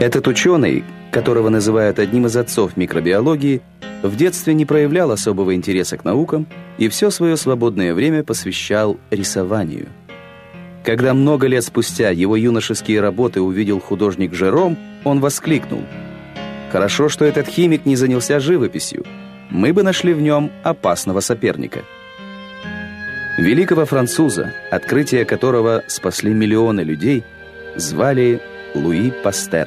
Этот ученый, которого называют одним из отцов микробиологии, в детстве не проявлял особого интереса к наукам и все свое свободное время посвящал рисованию. Когда много лет спустя его юношеские работы увидел художник Жером, он воскликнул: «Хорошо, что этот химик не занялся живописью. Мы бы нашли в нем опасного соперника». Великого француза, открытия которого спасли миллионы людей, звали Луи Пастер.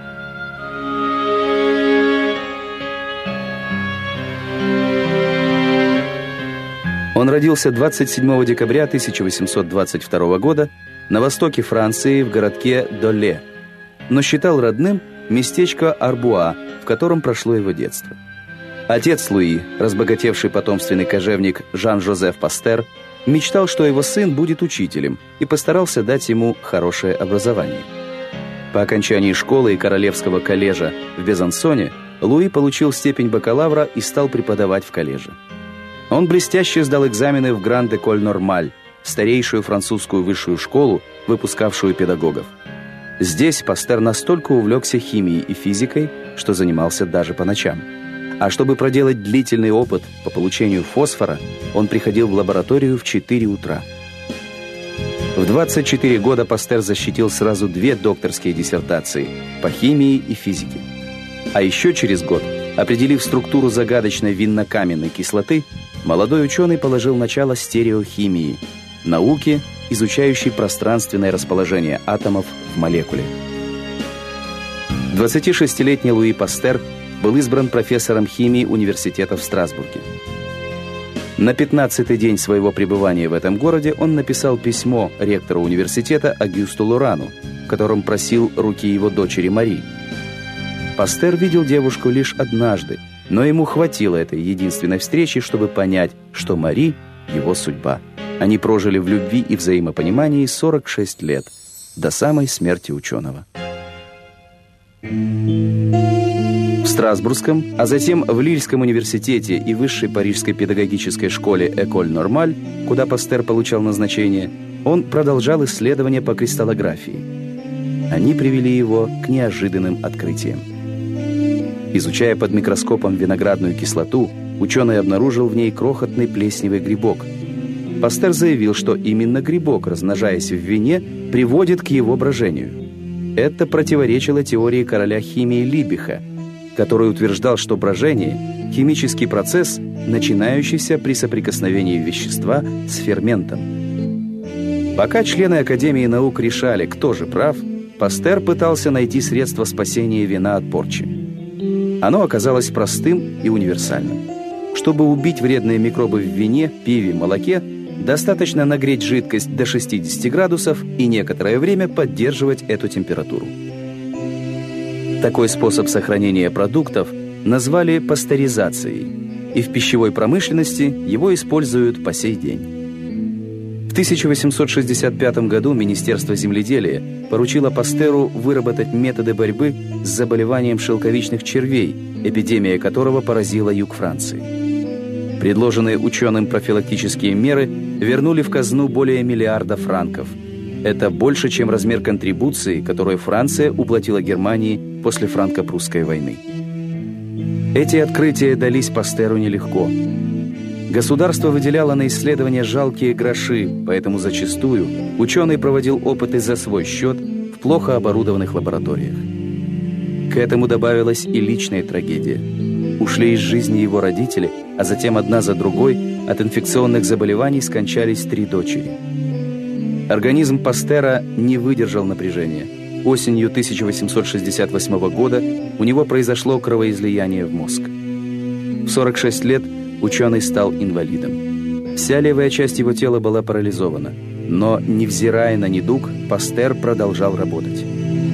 Он родился 27 декабря 1822 года на востоке Франции в городке Доле, но считал родным местечко Арбуа, в котором прошло его детство. Отец Луи, разбогатевший потомственный кожевник Жан-Жозеф Пастер, мечтал, что его сын будет учителем, и постарался дать ему хорошее образование. По окончании школы и Королевского коллежа в Безансоне Луи получил степень бакалавра и стал преподавать в коллеже. Он блестяще сдал экзамены в Гранд-Эколь-Нормаль, старейшую французскую высшую школу, выпускавшую педагогов. Здесь Пастер настолько увлекся химией и физикой, что занимался даже по ночам. А чтобы проделать длительный опыт по получению фосфора, он приходил в лабораторию в 4 утра. В 24 года Пастер защитил сразу 2 докторские диссертации по химии и физике. А еще через год, определив структуру загадочной винно-каменной кислоты, молодой ученый положил начало стереохимии, науке, изучающей пространственное расположение атомов в молекуле. 26-летний Луи Пастер был избран профессором химии университета в Страсбурге. На 15-й день своего пребывания в этом городе он написал письмо ректору университета Агюсту Лорану, в котором просил руки его дочери Мари. Пастер видел девушку лишь однажды, но ему хватило этой единственной встречи, чтобы понять, что Мари – его судьба. Они прожили в любви и взаимопонимании 46 лет, до самой смерти ученого. В Страсбургском, а затем в Лильском университете и высшей парижской педагогической школе Эколь-Нормаль, куда Пастер получал назначение, он продолжал исследования по кристаллографии. Они привели его к неожиданным открытиям. Изучая под микроскопом виноградную кислоту, ученый обнаружил в ней крохотный плесневый грибок. Пастер заявил, что именно грибок, размножаясь в вине, приводит к его брожению. Это противоречило теории короля химии Либиха, который утверждал, что брожение – химический процесс, начинающийся при соприкосновении вещества с ферментом. Пока члены Академии наук решали, кто же прав, Пастер пытался найти средства спасения вина от порчи. Оно оказалось простым и универсальным. Чтобы убить вредные микробы в вине, пиве, молоке, достаточно нагреть жидкость до 60 градусов и некоторое время поддерживать эту температуру. Такой способ сохранения продуктов назвали пастеризацией, и в пищевой промышленности его используют по сей день. В 1865 году Министерство земледелия поручило Пастеру выработать методы борьбы с заболеванием шелковичных червей, эпидемия которого поразила юг Франции. Предложенные ученым профилактические меры вернули в казну более $1 миллиарда франков. Это больше, чем размер контрибуции, которую Франция уплатила Германии после франко-прусской войны. Эти открытия дались Пастеру нелегко. Государство выделяло на исследования жалкие гроши, поэтому зачастую ученый проводил опыты за свой счет в плохо оборудованных лабораториях. К этому добавилась и личная трагедия. Ушли из жизни его родители, а затем одна за другой от инфекционных заболеваний скончались 3 дочери. Организм Пастера не выдержал напряжения. Осенью 1868 года у него произошло кровоизлияние в мозг. В 46 лет ученый стал инвалидом. Вся левая часть его тела была парализована, но, невзирая на недуг, Пастер продолжал работать.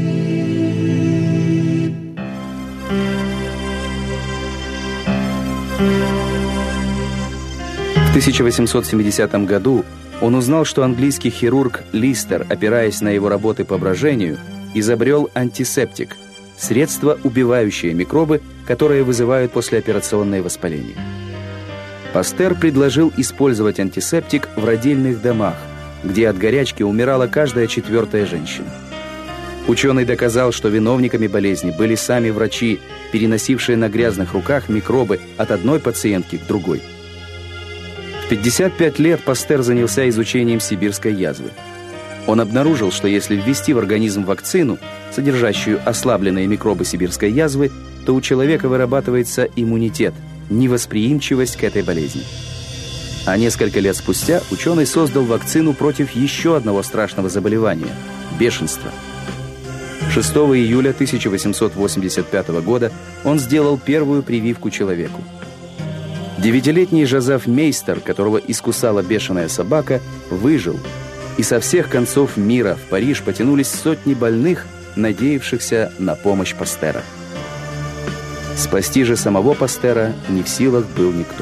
В 1870 году он узнал, что английский хирург Листер, опираясь на его работы по брожению, изобрел антисептик – средство, убивающее микробы, которые вызывают послеоперационное воспаление. Пастер предложил использовать антисептик в родильных домах, где от горячки умирала каждая 4-я женщина. Ученый доказал, что виновниками болезни были сами врачи, переносившие на грязных руках микробы от одной пациентки к другой. В 55 лет Пастер занялся изучением сибирской язвы. Он обнаружил, что если ввести в организм вакцину, содержащую ослабленные микробы сибирской язвы, то у человека вырабатывается иммунитет, невосприимчивость к этой болезни. А несколько лет спустя ученый создал вакцину против еще одного страшного заболевания – бешенства. 6 июля 1885 года он сделал первую прививку человеку. 9-летний Жозеф Мейстер, которого искусала бешеная собака, выжил, и со всех концов мира в Париж потянулись сотни больных, надеявшихся на помощь Пастера. Спасти же самого Пастера не в силах был никто.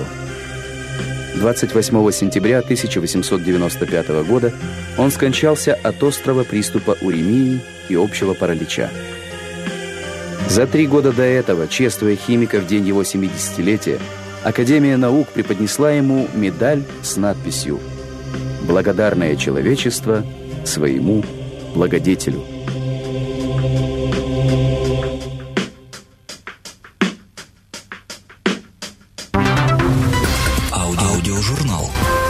28 сентября 1895 года он скончался от острого приступа уремии и общего паралича. За 3 года до этого, чествуя химика в день его 70-летия, Академия наук преподнесла ему медаль с надписью «Благодарное человечество своему благодетелю». Аудиожурнал.